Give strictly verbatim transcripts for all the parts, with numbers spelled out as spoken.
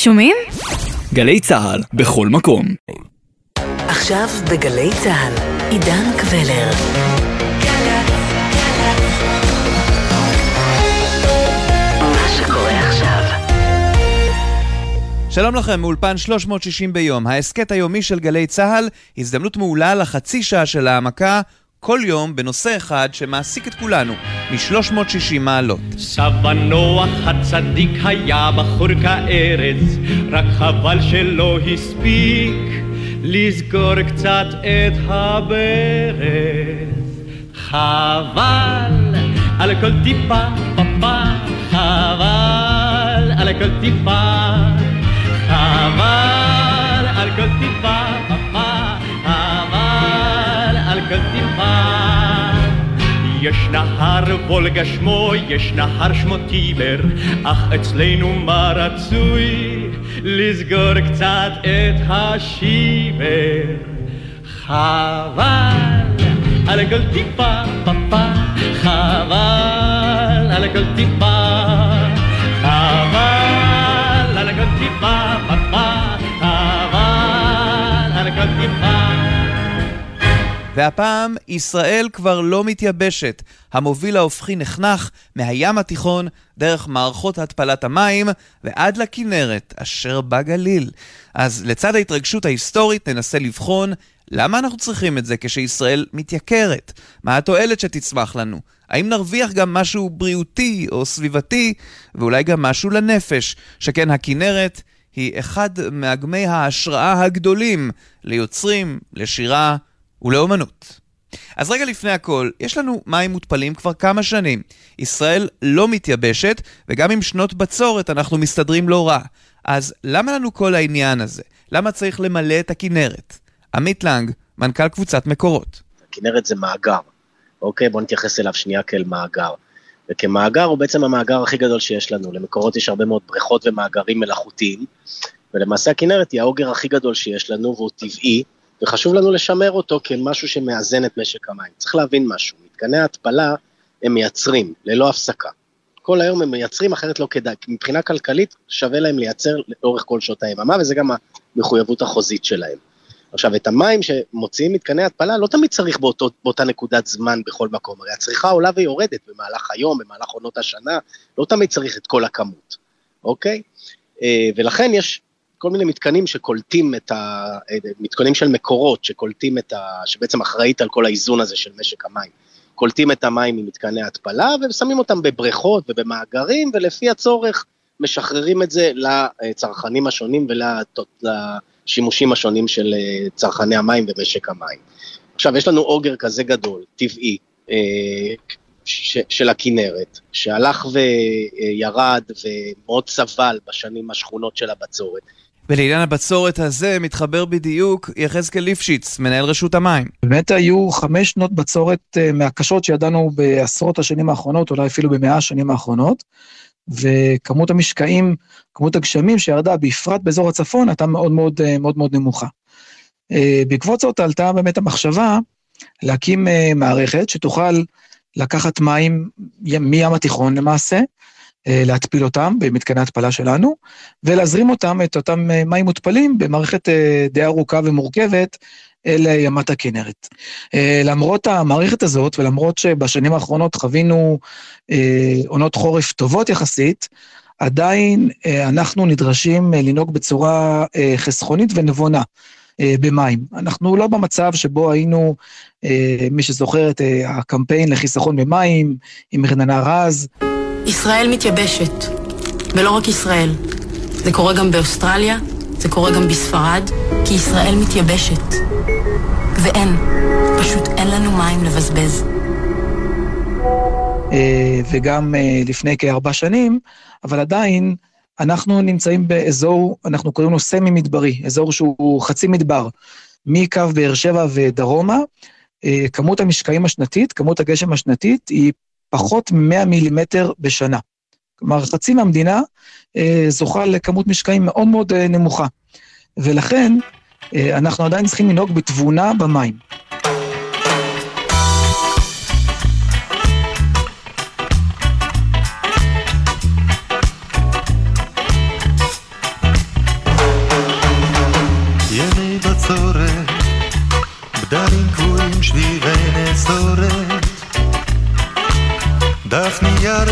שומעים? גלי צהל, בכל מקום. עכשיו בגלי צהל, עידן קבלר. מה שקורה עכשיו. שלום לכם, מאולפן שלוש מאות שישים ביום, העסקת היומי של גלי צהל, הזדמנות מעולה לחצי שעה של העמקה, כל יום בנושא אחד שמעסיק את כולנו, מ-שלוש מאות ושישים מעלות. סבא נוח הצדיק היה בחור כארץ, רק חבל שלא הספיק לזכור קצת את הברז. חבל על כל טיפה פפה, חבל על כל טיפה, חבל על כל טיפה פפה, חבל על כל טיפה. יש נהר וולגה שמו, יש נהר שמו טיבר, אך אצלנו מה רצוי לסגור קצת את השיבר. חבל על כל טיפה פפה, חבל על כל טיפה, חבל על כל טיפה פפה, חבל על כל טיפה. והפעם ישראל כבר לא מתייבשת. המוביל ההופכי נחנך מהים התיכון דרך מערכות התפלת המים ועד לכנרת אשר בגליל. אז לצד ההתרגשות ההיסטורית ננסה לבחון למה אנחנו צריכים את זה כשישראל מתייקרת. מה התועלת שתצמח לנו? האם נרוויח גם משהו בריאותי או סביבתי ואולי גם משהו לנפש, שכן הכנרת היא אחד מאגמי ההשראה הגדולים ליוצרים, לשירה ולאומנות. אז רגע לפני הכל, יש לנו מים מותפלים כבר כמה שנים. ישראל לא מתייבשת, וגם עם שנות בצורת אנחנו מסתדרים לא רע. אז למה לנו כל העניין הזה? למה צריך למלא את הכנרת? עמית לנג, מנכ"ל קבוצת מקורות. הכנרת זה מאגר, אוקיי? בוא נתייחס אליו שנייה כאל מאגר. וכמאגר הוא בעצם המאגר הכי גדול שיש לנו. למקורות יש הרבה מאוד בריכות ומאגרים מלאכותיים, ולמעשה הכנרת היא האוגר הכי גדול שיש לנו, והוא טבעי, וחשוב לנו לשמר אותו כמשהו שמאזן את משק המים. צריך להבין משהו, מתקני ההתפלה הם מייצרים ללא הפסקה. כל היום הם מייצרים, אחרת לא כדאי. מבחינה כלכלית שווה להם לייצר לאורך כל שעות היממה, וזה גם המחויבות החוזית שלהם. עכשיו, את המים שמוציאים מתקני ההתפלה, לא תמיד צריך באותו, באותה נקודת זמן בכל מקום. הרי הצריכה עולה ויורדת במהלך היום, במהלך עונות השנה, לא תמיד צריך את כל הכמות. אוקיי? ולכן יש כל מיני מתקנים שקולטים את ה... מתקנים של מקורות, שקולטים את ה... שבעצם אחראית על כל האיזון הזה של משק המים. קולטים את המים ממתקני ההתפלה, ושמים אותם בבריכות ובמאגרים, ולפי הצורך משחררים את זה לצרכנים השונים, ולשימושים השונים של צרכני המים ומשק המים. עכשיו, יש לנו אוגר כזה גדול, טבעי, של הכנרת, שהלך וירד ומאוד סבל בשנים השכונות של הבצורת. ולעניין הבצורת הזה מתחבר בדיוק יחזקאל ליפשיץ, מנהל רשות המים. באמת היו חמש שנות בצורת מהקשות שידענו בעשרות השנים האחרונות, אולי אפילו במאה השנים האחרונות, וכמות המשקעים, כמות הגשמים שירדה, בפרט באזור הצפון, הייתה מאוד מאוד, מאוד, מאוד נמוכה. בעקבות זאת עלתה באמת המחשבה להקים מערכת שתוכל לקחת מים מים התיכון למעשה, להתפיל אותם במתקני התפלה שלנו, ולהזרים אותם, את אותם מים מותפלים, במערכת די ארוכה ומורכבת, אל ימת הכנרת. למרות המערכת הזאת, ולמרות שבשנים האחרונות חווינו עונות חורף טובות יחסית, עדיין אנחנו נדרשים לנהוג בצורה חסכונית ונבונה במים. אנחנו לא במצב שבו היינו, מי שזוכר את הקמפיין לחיסכון במים, עם רננה רז, ישראל מתייבשת, ולא רק ישראל. זה קורה גם באוסטרליה, זה קורה גם בספרד, כי ישראל מתייבשת. ואין, פשוט אין לנו מים לבזבז. וגם לפני כארבע שנים, אבל עדיין אנחנו נמצאים באזור, אנחנו קוראים לו סמי מדברי, אזור שהוא חצי מדבר, מקו באר שבע ודרומה, כמות המשקעים השנתית, כמות הגשם השנתית היא פחות מ-מאה מילימטר בשנה. כלומר, חצי מהמדינה אה, זוכה לכמות משקעים מאוד מאוד אה, נמוכה. ולכן, אה, אנחנו עדיין צריכים לנהוג בתבונה במים.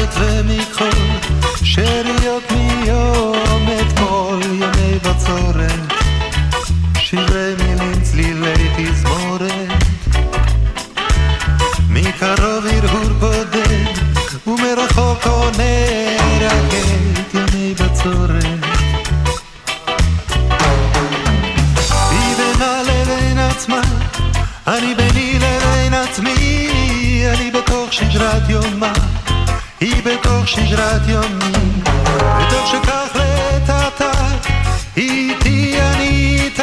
ומכל שאריות מיום אתמול ימי בצורת שירי מילים צלילי תזמורת מקרוב הרהור בודד ומרחוק עונה רקט ימי בצורת היא בינה לבין עצמה אני ביני לבין עצמי אני בתוך שגרת יומה היא בתוך שגרת יומי בתוך שכך לטעתה היא איתי אני איתה.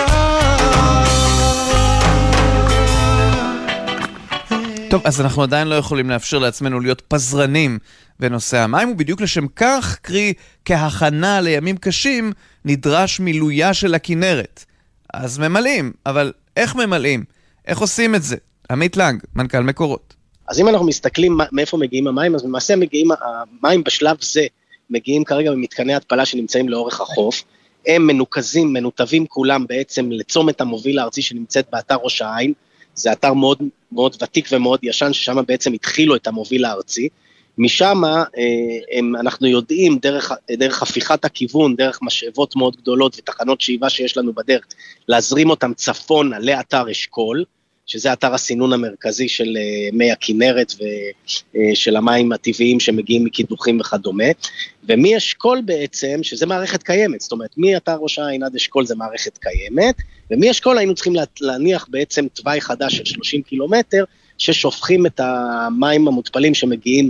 טוב, אז אנחנו עדיין לא יכולים לאפשר לעצמנו להיות פזרנים בנושא המים, ובדיוק לשם כך, קרי כהכנה לימים קשים, נדרש מילויה של הכנרת. אז ממלאים, אבל איך ממלאים? איך עושים את זה? עמית לנג, מנכ"ל מקורות. אז אם אנחנו מסתכלים מאיפה מגיעים המים, אז למעשה מגיעים, המים בשלב זה מגיעים כרגע ממתקני התפלה שנמצאים לאורך החוף, הם מנוקזים, מנותבים כולם בעצם לצומת המוביל הארצי שנמצאת באתר ראש העין, זה אתר מאוד מאוד ותיק ומאוד ישן, ששם בעצם התחילו את המוביל הארצי, משם הם, אנחנו יודעים דרך, דרך הפיכת הכיוון, דרך משאבות מאוד גדולות ותחנות שאיבה שיש לנו בדרך, להזרים אותם צפונה לאתר אשכול, שזה אתר הסינון המרכזי של מי הכנרת ושל המים הטבעיים שמגיעים מקידוחים וכדומה, ומי אשכול בעצם, שזה מערכת קיימת, זאת אומרת, מי אתר ראש העין עד אשכול זה מערכת קיימת, ומי אשכול היינו צריכים להניח בעצם תוואי חדש של שלושים קילומטר, ששופכים את המים המותפלים שמגיעים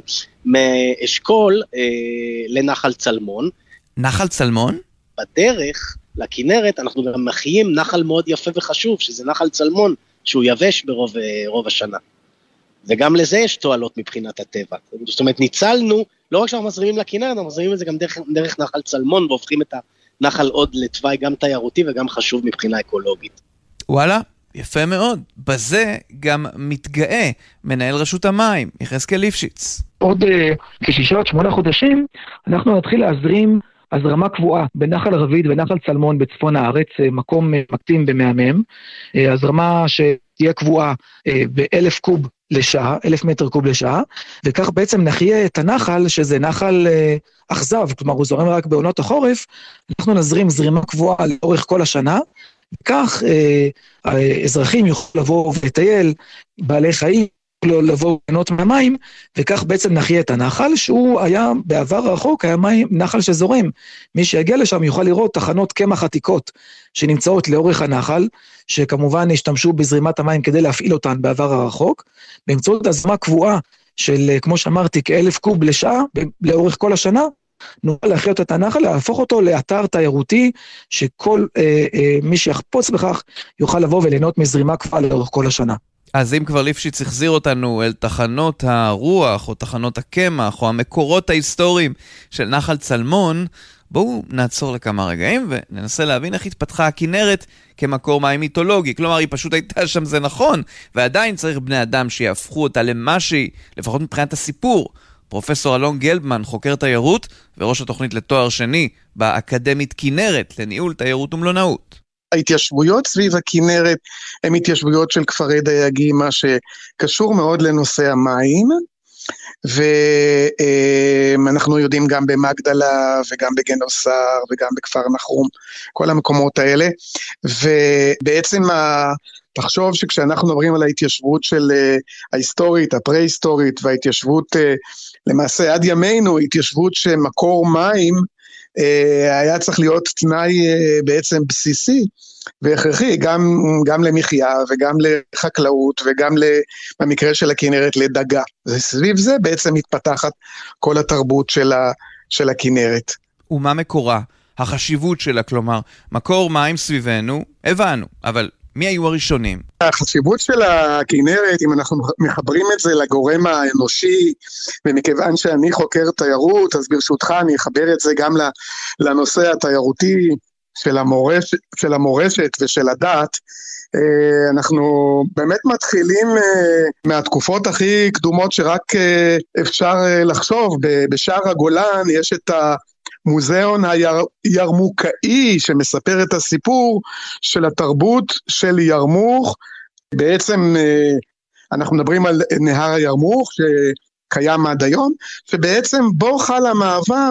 מאשכול אה, לנחל צלמון. נחל צלמון? בדרך לכנרת אנחנו גם מחיים נחל מאוד יפה וחשוב, שזה נחל צלמון, שהוא יבש ברוב רוב השנה. וגם לזה יש תועלות מבחינת הטבע. זאת אומרת, ניצלנו, לא רק שאנחנו מזרימים לכנרת, אנחנו מזרימים את זה גם דרך, דרך נחל צלמון, והופכים את הנחל עוד לתוואי גם תיירותי וגם חשוב מבחינה אקולוגית. וואלה, יפה מאוד. בזה גם מתגאה מנהל רשות המים, יחזקאל ליפשיץ. עוד uh, כשישה עד שמונה חודשים, אנחנו נתחיל להזרים הזרמה קבועה בנחל רביד ונחל צלמון בצפון הארץ, מקום מקטים במהמם, הזרמה שתהיה קבועה באלף קוב לשעה, אלף מטר קוב לשעה, וכך בעצם נחיה את הנחל, שזה נחל אכזב, כלומר הוא זורם רק בעונות החורף, אנחנו נזרים זרימה קבועה לאורך כל השנה, וכך האזרחים יוכלו לבוא ולטייל, בעלי חיים, לבוא ליהנות מהמים, וכך בעצם נחיה את הנחל, שהוא היה בעבר הרחוק, היה מים, נחל שזורם. מי שיגיע לשם יוכל לראות תחנות קמח עתיקות, שנמצאות לאורך הנחל, שכמובן השתמשו בזרימת המים כדי להפעיל אותן בעבר הרחוק, באמצעות הזרמה קבועה של, כמו שאמרתי, כאלף קוב לשעה, לאורך כל השנה, נוכל להחיות את הנחל, להפוך אותו לאתר תיירותי, שכל אה, אה, מי שיחפוץ בכך, יוכל לבוא וליהנות מזרימה קבועה לאורך כל השנה. אז אם כבר ליפשיץ החזיר אותנו אל תחנות הרוח, או תחנות הקמח, או המקורות ההיסטוריים של נחל צלמון, בואו נעצור לכמה רגעים וננסה להבין איך התפתחה הכנרת כמקור מים מיתולוגי. כלומר, היא פשוט הייתה שם, זה נכון, ועדיין צריך בני אדם שיהפכו אותה למה שהיא, לפחות מבחינת הסיפור. פרופסור אלון גלבמן, חוקר תיירות, וראש התוכנית לתואר שני באקדמית כנרת לניהול תיירות ומלונאות. ההתיישבויות סביב הכנרת הן התיישבויות של כפרי דייגים, מה שקשור מאוד לנושא המים, ואנחנו יודעים גם במגדלה וגם בגנוסר וגם בכפר נחום, כל המקומות האלה, ובעצם תחשוב שכשאנחנו מדברים על ההתיישבות של ההיסטורית, הפרה-היסטורית, וההתיישבות למעשה עד ימינו, התיישבות שמקור מים, היה צריך להיות תנאי בעצם בסיסי והכרחי, גם, גם למחיה וגם לחקלאות וגם במקרה של הכנרת לדגה. וסביב זה בעצם מתפתחת כל התרבות של, ה, של הכנרת. ומה מקורה? החשיבות שלה, כלומר, מקור מים סביבנו, הבנו, אבל מי היו הראשונים? החשיבות של הכנרת, אם אנחנו מחברים את זה לגורם האנושי, ומכיוון שאני חוקר תיירות, אז ברשותך אני אחבר את זה גם לנושא התיירותי של המורשת, של המורשת ושל הדת. אנחנו באמת מתחילים מהתקופות הכי קדומות שרק אפשר לחשוב. בשער הגולן יש את ה... מוזיאון הירמוכאי שמספר את הסיפור של התרבות של ירמוך. בעצם אנחנו מדברים על נהר הירמוך קיים עד היום, שבעצם בו חל המעבר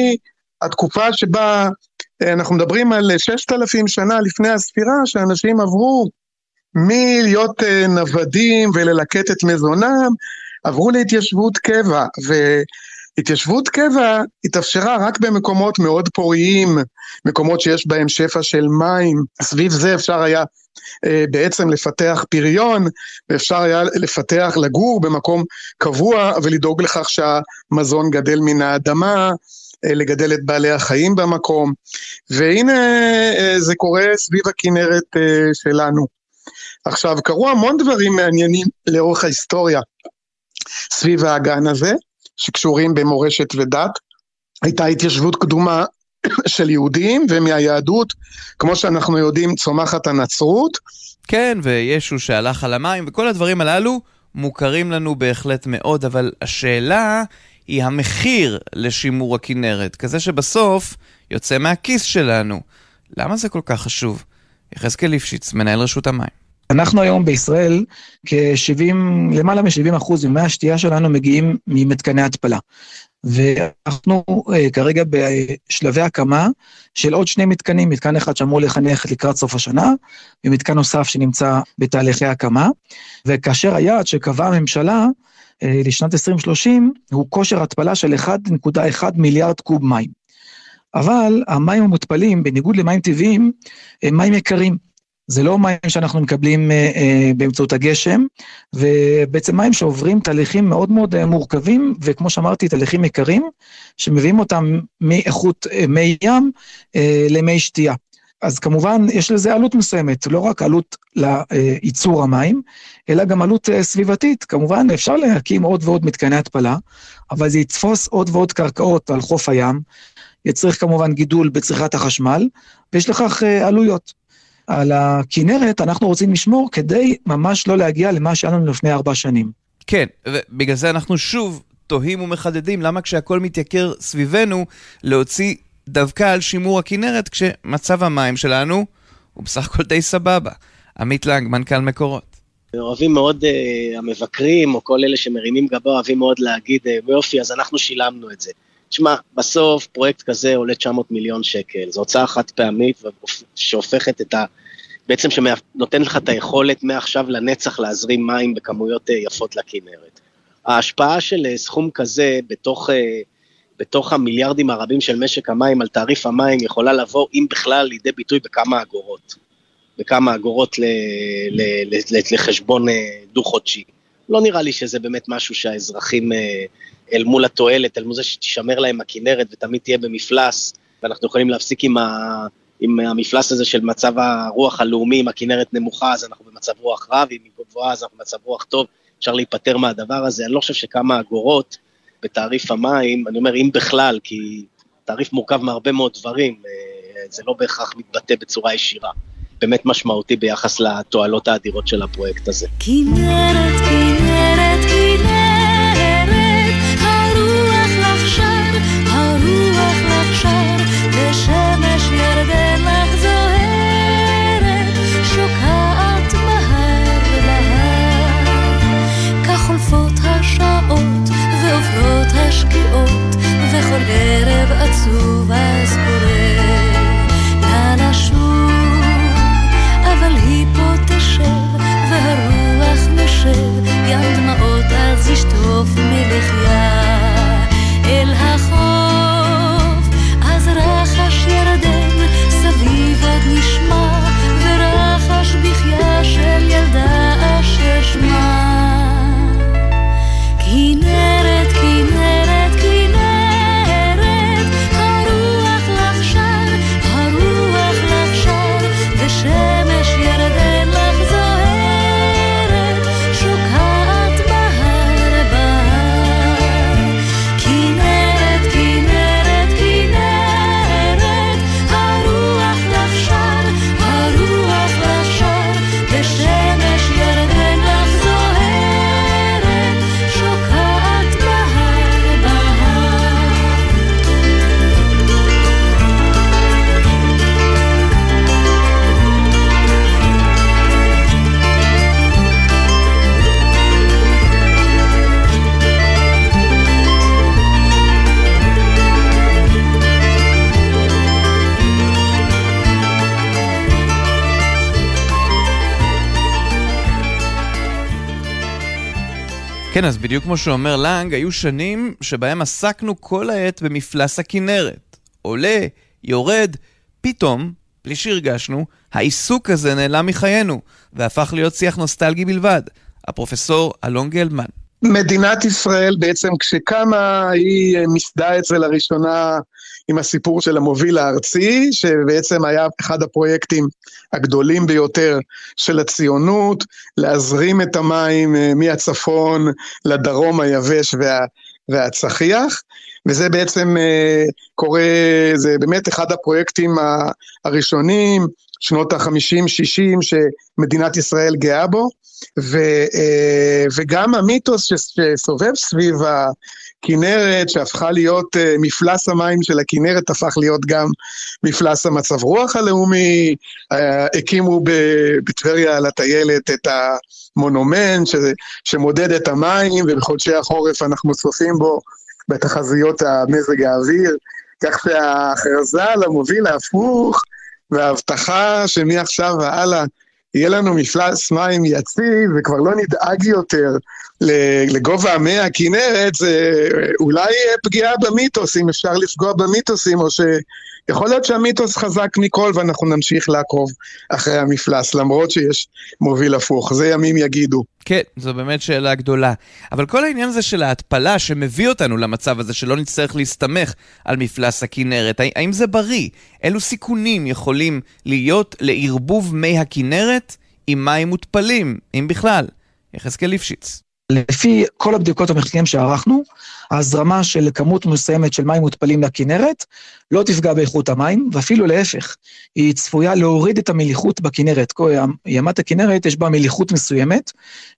מהתקופה שבה אנחנו מדברים על ששת אלפים שנה לפני הספירה, שאנשים עברו מלהיות נוודים וללקט את מזונם, עברו להתיישבות קבע, והתיישבות קבע התאפשרה רק במקומות מאוד פוריים, מקומות שיש בהם שפע של מים, סביב זה אפשר היה בעצם לפתח פריון, ואפשר היה לפתח לגור במקום קבוע, ולדאוג לכך שהמזון גדל מן האדמה, לגדל את בעלי החיים במקום, והנה זה קורה סביב הכנרת שלנו. עכשיו, קרו המון דברים מעניינים לאורך ההיסטוריה סביב האגן הזה, שקשורים במורשת ודת. הייתה התיישבות קדומה של יהודים, ומהיהדות, כמו שאנחנו יודעים, צומחת הנצרות. כן, וישו שהלך על המים, וכל הדברים הללו מוכרים לנו בהחלט מאוד, אבל השאלה היא המחיר לשימור הכנרת, כזה שבסוף יוצא מהכיס שלנו. למה זה כל כך חשוב? יחזקאל ליפשיץ, מנהל רשות המים. אנחנו היום בישראל, כ-שבעים, למעלה מ-שבעים אחוז ממי השתייה שלנו מגיעים ממתקני התפלה. ואנחנו כרגע בשלבי הקמה של עוד שני מתקנים, מתקן אחד שאמור לחנך לקראת סוף השנה, ומתקן נוסף שנמצא בתהליכי הקמה, וכאשר היעד שקבעה הממשלה לשנת עשרים שלושים, הוא כושר התפלה של אחד נקודה אחד מיליארד קוב מים. אבל המים המותפלים, בניגוד למים טבעיים, הם מים יקרים. זה לא מים שאנחנו מקבלים אה, אה, באמצעות הגשם, ובעצם מים שעוברים תהליכים מאוד מאוד אה, מורכבים, וכמו שאמרתי, תהליכים יקרים, שמביאים אותם מאיכות אה, מי ים אה, למי שתייה. אז כמובן יש לזה עלות מסוימת, לא רק עלות לייצור המים, אלא גם עלות אה, סביבתית. כמובן אפשר להקים עוד ועוד מתקני התפלה, אבל זה יתפוס עוד ועוד קרקעות על חוף הים, יצריך כמובן גידול בצריכת החשמל, ויש לכך אה, עלויות. על הכנרת אנחנו רוצים לשמור כדי ממש לא להגיע למה שהיה לנו לפני ארבע שנים. כן, ובגלל זה אנחנו שוב תוהים ומחדדים למה כשהכל מתייקר סביבנו להוציא דווקא על שימור הכנרת כשמצב המים שלנו הוא בסך הכל די סבבה. עמית לנג, מנכ"ל מקורות. אוהבים מאוד uh, המבקרים או כל אלה שמרימים גבה אוהבים מאוד להגיד uh, יופי אז אנחנו שילמנו את זה. תשמע, בסוף פרויקט כזה עולה תשע מאות מיליון שקל, זו הוצאה חד פעמית שהופכת את ה... בעצם שנותן לך את היכולת מעכשיו לנצח להזרים מים בכמויות יפות לכנרת. ההשפעה של סכום כזה בתוך, בתוך המיליארדים הרבים של משק המים על תעריף המים יכולה לבוא אם בכלל לידי ביטוי בכמה אגורות, בכמה אגורות ל, ל, ל, ל, לחשבון דו-חודשי. לא נראה לי שזה באמת משהו שהאזרחים אל מול התועלת, אל מול זה שתשמר להם הכנרת ותמיד תהיה במפלס, ואנחנו יכולים להפסיק עם, ה, עם המפלס הזה של מצב הרוח הלאומי, אם הכנרת נמוכה אז אנחנו במצב רוח רב, אם היא גבוהה אז אנחנו במצב רוח טוב, אפשר להיפטר מהדבר הזה. אני לא חושב שכמה אגורות בתעריף המים, אני אומר אם בכלל, כי תעריף מורכב מהרבה מאוד דברים, זה לא בהכרח מתבטא בצורה ישירה, באמת משמעותי ביחס לתועלות האדירות של הפרויקט הזה. כנרת, כנרת, כנרת, הרוח לך שר, הרוח לך שר, ושמש ירדן לך זוהרת, שוקעת מהר להר. כך חולפות השעות ועוברות השקיעות, וכל ערב עצוב אז קורא לה לשוב, אבל היא פה תשב והרוח נשב, ים כן, אז בדיוק כמו שאומר לנג, היו שנים שבהם עסקנו כל העת במפלס הכנרת. עולה, יורד, פתאום, בלי שהרגשנו, העיסוק הזה נעלם מחיינו, והפך להיות שיח נוסטלגי בלבד. הפרופסור אלון גלדמן. מדינת ישראל בעצם כשקמה היא מסדה את זה לראשונה עם הסיפור של המוביל הארצי, שבעצם היה אחד הפרויקטים הגדולים ביותר של הציונות, להזרים את המים מהצפון לדרום היבש וה, והצחיח, וזה בעצם קורה, זה באמת אחד הפרויקטים הראשונים, שנות ה-חמישים שישים שמדינת ישראל גאה בו, ו, וגם המיתוס שסובב סביב הכנרת, שהפכה להיות מפלס המים של הכנרת, הפך להיות גם מפלס המצב רוח הלאומי, הקימו בטבריה על הטיילת את המונומנט ש, שמודד את המים, ובחודשי החורף אנחנו צופים בו בתחזיות המזג האוויר, כך שההכרזה למוביל ההפוך, וההבטחה שמעכשיו והלאה יהיה לנו מפלס מים יציב, וכבר לא נדאג יותר לגובה המי הכנרת, זה אולי פגיעה במיתוס, אם אפשר לפגוע במיתוסים, או שיכול להיות שהמיתוס חזק מכל, ואנחנו נמשיך לעקוב אחרי המפלס, למרות שיש מוביל הפוך, זה ימים יגידו. כן, זו באמת שאלה גדולה. אבל כל העניין הזה של ההתפלה שמביא אותנו למצב הזה, שלא נצטרך להסתמך על מפלס הכנרת, האם זה בריא? אילו סיכונים יכולים להיות לערבוב מי הכנרת עם מים מותפלים, אם בכלל? יחזקאל ליפשיץ. לפי כל הבדיקות המחקרים שערכנו, ההזרמה של כמות מסוימת של מים מותפלים לכנרת לא תפגע באיכות המים, ואפילו להפך, היא צפויה להוריד את המליחות בכנרת. ימת הכנרת יש בה מליחות מסוימת,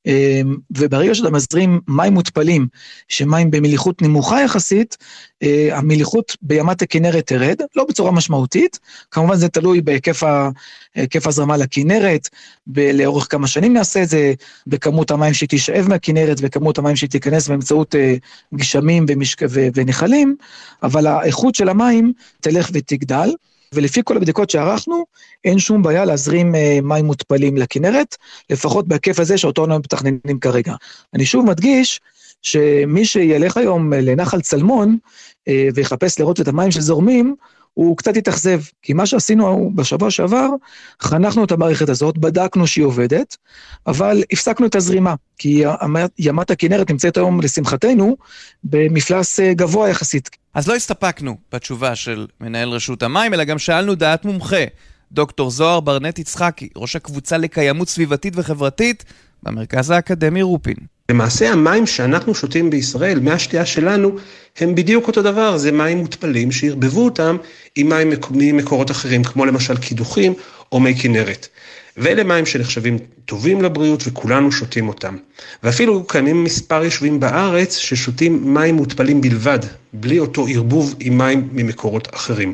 וברגע שאתה מזרים מים מותפלים, שמים במליחות נמוכה יחסית, המליחות בימת הכנרת תרד, לא בצורה משמעותית, כמובן זה תלוי בהיקף הזרמה לכנרת, לאורך כמה שנים נעשה את זה, בכמות המים שתשאב מהכנרת, וכמות המים שתיכנס באמצעות גשמים ונחלים, אבל האיכות של המים תלך ותגדל, ולפי כל הבדיקות שערכנו, אין שום בעיה להזרים מים מותפלים לכנרת, לפחות בהיקף הזה שאותו אנחנו מתכננים כרגע. אני שוב מדגיש, שמי שילך היום לנחל צלמון, ויחפש לראות את המים שזורמים, הוא קצת יתאכזב, כי מה שעשינו בשבוע שעבר, חנכנו את המערכת הזאת, בדקנו שהיא עובדת, אבל הפסקנו את הזרימה, כי ימת הכנרת נמצאת היום לשמחתנו, במפלס גבוה יחסית. אז לא הסתפקנו בתשובה של מנהל רשות המים, אלא גם שאלנו דעת מומחה, דוקטור זוהר ברנט יצחקי, ראש הקבוצה לקיימות סביבתית וחברתית, במרכז האקדמי רופין. למעשה המים שאנחנו שותים בישראל, מהשתייה שלנו, הם בדיוק אותו דבר, זה מים מותפלים שהרבבו אותם עם מים ממקורות אחרים, כמו למשל קידוחים או מי כנרת. ואלה מים שנחשבים טובים לבריאות וכולנו שותים אותם. ואפילו קיימים מספר יישובים בארץ ששותים מים מותפלים בלבד, בלי אותו ערבוב עם מים ממקורות אחרים.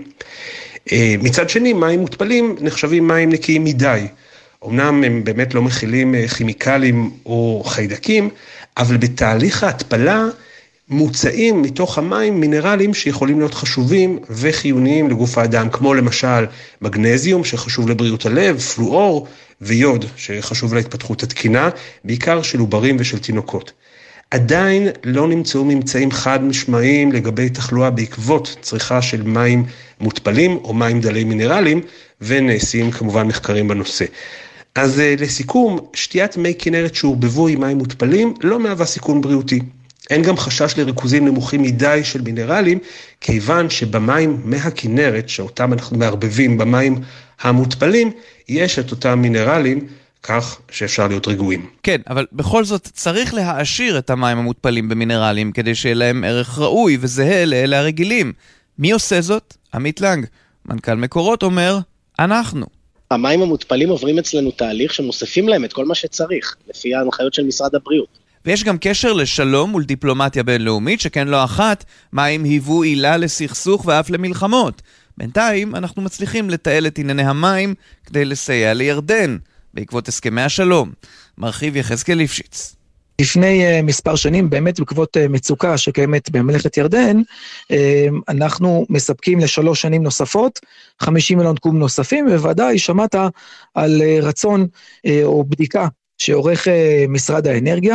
מצד שני, מים מותפלים נחשבים מים נקיים מדי, אמנם הם באמת לא מכילים כימיקלים או חיידקים, אבל בתהליך ההתפלה מוצאים מתוך המים מינרלים שיכולים להיות חשובים וחיוניים לגוף האדם, כמו למשל מגנזיום שחשוב לבריאות הלב, פלואור ויוד שחשוב להתפתחות התקינה, בעיקר של עוברים ושל תינוקות. עדיין לא נמצאו ממצאים חד משמעיים לגבי תחלואה בעקבות צריכה של מים מותפלים או מים דלי מינרלים, ונעשים כמובן מחקרים בנושא. אז לסיכום, שתיית מי כנרת שעורבבו עם מים מותפלים לא מהווה סיכון בריאותי. אין גם חשש לריכוזים נמוכים מדי של מינרלים, כיוון שבמים מהכנרת, שאותם אנחנו מערבבים במים המותפלים, יש את אותם מינרלים, כך שאפשר להיות רגועים. כן, אבל בכל זאת צריך להעשיר את המים המותפלים במינרלים, כדי שיהיה להם ערך ראוי וזהה לאלה הרגילים. מי עושה זאת? עמית לנג, מנכ"ל מקורות, אומר, אנחנו. המים המותפלים עוברים אצלנו תהליך שמוספים להם את כל מה שצריך, לפי ההנחיות של משרד הבריאות. ויש גם קשר לשלום ולדיפלומטיה בינלאומית, שכן לא אחת, מים היוו עילה לסכסוך ואף למלחמות. בינתיים אנחנו מצליחים לתעל את ענייני המים כדי לסייע לירדן, בעקבות הסכמי השלום. מרחיב יחזקאל ליפשיץ. לפני uh, מספר שנים, באמת בעקבות uh, מצוקה שקיימת בממלכת ירדן, uh, אנחנו מספקים לשלוש שנים נוספות, חמישים מיליון קוב נוספים, ובוודאי שמעת על uh, רצון uh, או בדיקה שעורך uh, משרד האנרגיה,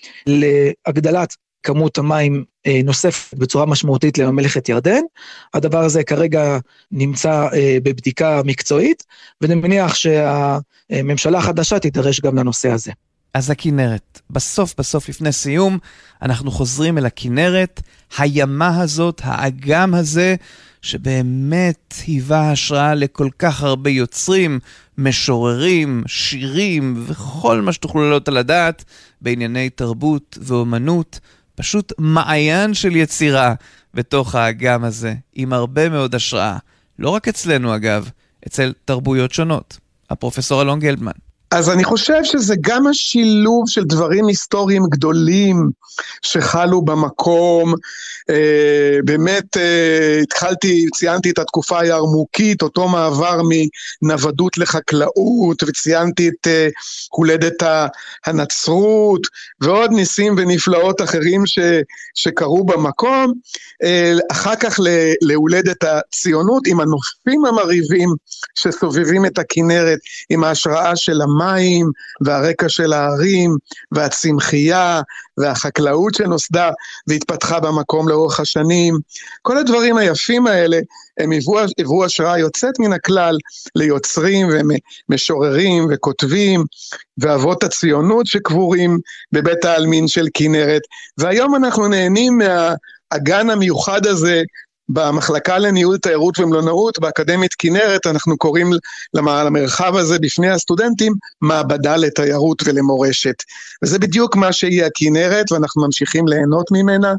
להגדלת כמות המים נוספת בצורה משמעותית לממלכת ירדן. הדבר הזה כרגע נמצא בבדיקה מקצועית, ואני מניח שהממשלה החדשה תידרש גם לנושא הזה. אז הכינרת, בסוף בסוף לפני סיום, אנחנו חוזרים אל הכינרת, הימה הזאת, האגם הזה, שבאמת היווה השראה לכל כך הרבה יוצרים, משוררים, שירים, וכל מה שתוכלו לעלות על הדעת, בענייני תרבות ואומנות, פשוט מעיין של יצירה בתוך האגם הזה, עם הרבה מאוד השראה. לא רק אצלנו אגב, אצל תרבויות שונות. הפרופסור אלון גלדמן. אז אני חושב שזה גם השילוב של דברים היסטוריים גדולים שחלו במקום, אה, באמת אה, התחלתי, ציינתי את התקופה הירמוכית, אותו מעבר מנוודות לחקלאות, וציינתי את אה, הולדת הנצרות, ועוד ניסים ונפלאות אחרים ש, שקרו במקום, אה, אחר כך להולדת הציונות, עם הנופים המריבים שסובבים את הכינרת, עם ההשראה של המים, מים והרקע של הערים והצמחייה והחקלאות שנוסדה והתפתחה במקום לאורך השנים. כל הדברים היפים האלה הם היוו השראה יוצאת מן הכלל ליוצרים ומשוררים וכותבים ואבות הציונות שקבורים בבית העלמין של כנרת. והיום אנחנו נהנים מהאגן המיוחד הזה במחלקה לניהול תיירות ומלונאות, באקדמית כנרת, אנחנו קוראים למרחב הזה בפני הסטודנטים, מעבדה לתיירות ולמורשת. וזה בדיוק מה שהיא הכנרת, ואנחנו ממשיכים ליהנות ממנה,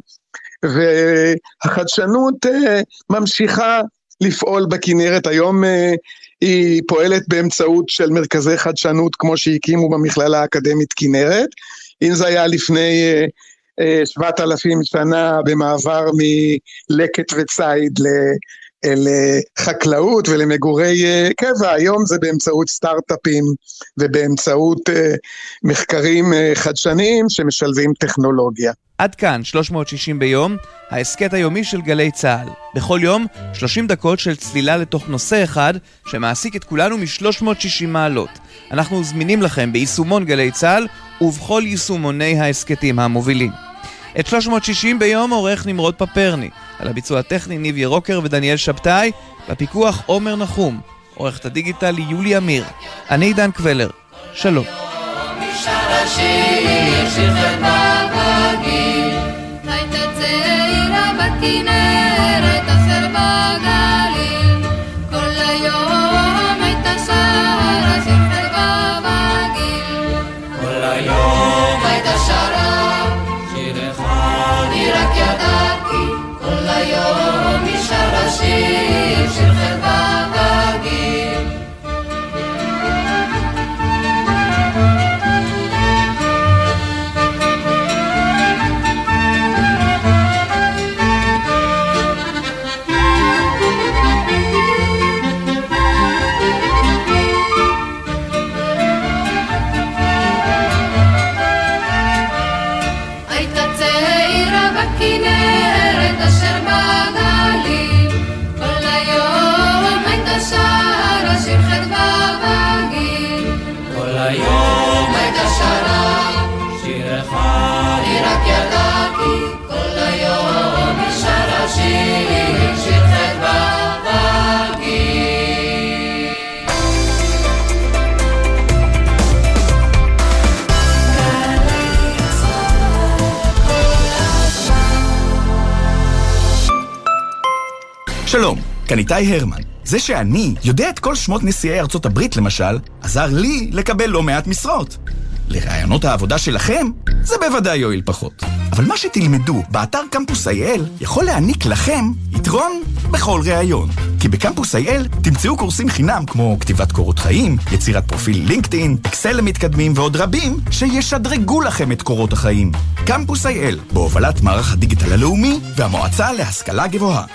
והחדשנות ממשיכה לפעול בכנרת. היום היא פועלת באמצעות של מרכזי חדשנות, כמו שהקימו במכללה האקדמית כנרת. אם זה היה לפני שבעת אלפים שנה במעבר מלקט וציד לחקלאות ולמגורי קבע, היום זה באמצעות סטארט-אפים ובאמצעות מחקרים חדשניים שמשלבים טכנולוגיה. עד כאן שלוש מאות ושישים ביום, העסקת היומי של גלי צהל. בכל יום שלושים דקות של צלילה לתוך נושא אחד שמעסיק את כולנו מ-שלוש מאות ושישים מעלות. אנחנו זמינים לכם ביישומון גלי צהל ובכל יישומוני העסקתים המובילים. את שלוש מאות ושישים ביום עורך נמרוד פפרני, על הביצוע הטכני ניב ירוקר ודניאל שבתאי, בפיקוח עומר נחום, עורכת הדיגיטל יולי אמיר. אני עידן קבלר, שלום. שלום, כאן איתי הרמן. זה שאני יודע את כל שמות נשיאי ארצות הברית למשל, עזר לי לקבל לא מעט משרות. לרעיונות העבודה שלכם, זה בוודאי יועיל פחות. אבל מה שתלמדו באתר קמפוס איי אל יכול להעניק לכם יתרון בכל רעיון. כי בקמפוס איי אל תמצאו קורסים חינם כמו כתיבת קורות חיים, יצירת פרופיל לינקדאין, אקסל למתקדמים ועוד רבים שישדרגו לכם את קורות החיים. קמפוס איי אל, בהובלת מערך הדיגיטל הלאומי והמועצה להשכלה גבוהה.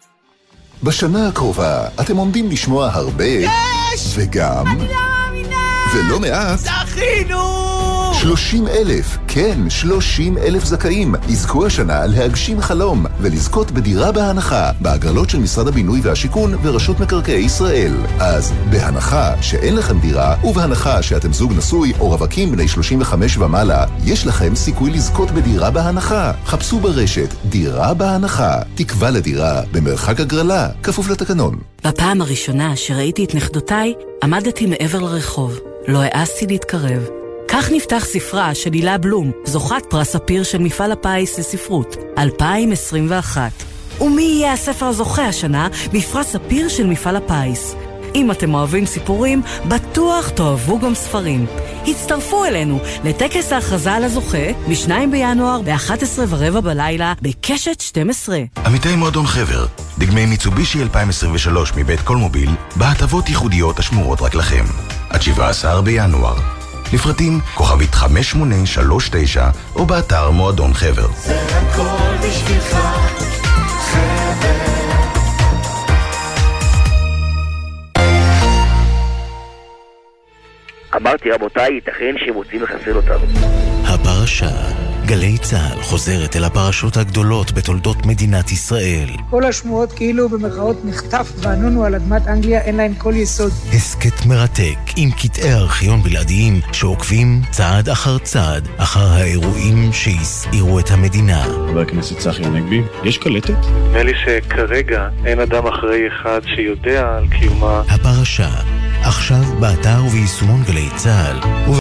בשנה הקרובה אתם עומדים לשמוע הרבה, יש! וגם, אני לא מאמינה! ולא מעט, זכינו! שלושים אלף, כן, שלושים אלף זכאים יזכו השנה להגשים חלום ולזכות בדירה בהנחה בהגרלות של משרד הבינוי והשיכון ורשות מקרקעי ישראל. אז בהנחה שאין לכם דירה ובהנחה שאתם זוג נשוי או רווקים בני שלושים וחמש ומעלה, יש לכם סיכוי לזכות בדירה בהנחה. חפשו ברשת דירה בהנחה, תקווה לדירה במרחק הגרלה, כפוף לתקנון. בפעם הראשונה שראיתי את נכדותיי, עמדתי מעבר לרחוב. לא העזתי להתקרב. כך נפתח ספרה של הילה בלום, זוכת פרס ספיר של מפעל הפיס לספרות, אלפיים עשרים ואחת. ומי יהיה הספר הזוכה השנה בפרס ספיר של מפעל הפיס? אם אתם אוהבים סיפורים, בטוח תאהבו גם ספרים. הצטרפו אלינו לטקס ההכרזה על הזוכה ב-שניים בינואר ב-אחת עשרה ורבע בלילה בקשת שתים עשרה. עמיתי מועדון חבר, דגמי מיצובישי אלפיים עשרים ושלוש מבית קולמוביל, בהטבות ייחודיות השמורות רק לכם. עד שבעה עשר בינואר. לפרטים כוכבית חמש שמונה שלוש תשע או באתר מועדון חבר. זה הכל בשבילך, חבר. אמרתי רבותיי, ייתכן שהם רוצים לחסל אותנו. הפרשה. גלי צהל חוזרת אל הפרשות הגדולות בתולדות מדינת ישראל. כל השמועות כאילו במרכאות נחטף וענונו על אדמת אנגליה אין להן כל יסוד. הסקט מרתק עם קטעי ארכיון בלעדיים שעוקבים צעד אחר צעד אחר האירועים שהסעירו את המדינה. חבר הכנסת צחי הנגבי, יש קלטת? נראה לי שכרגע אין אדם אחראי אחד שיודע על קיומה. הפרשה, עכשיו באתר וביישומון גלי צהל.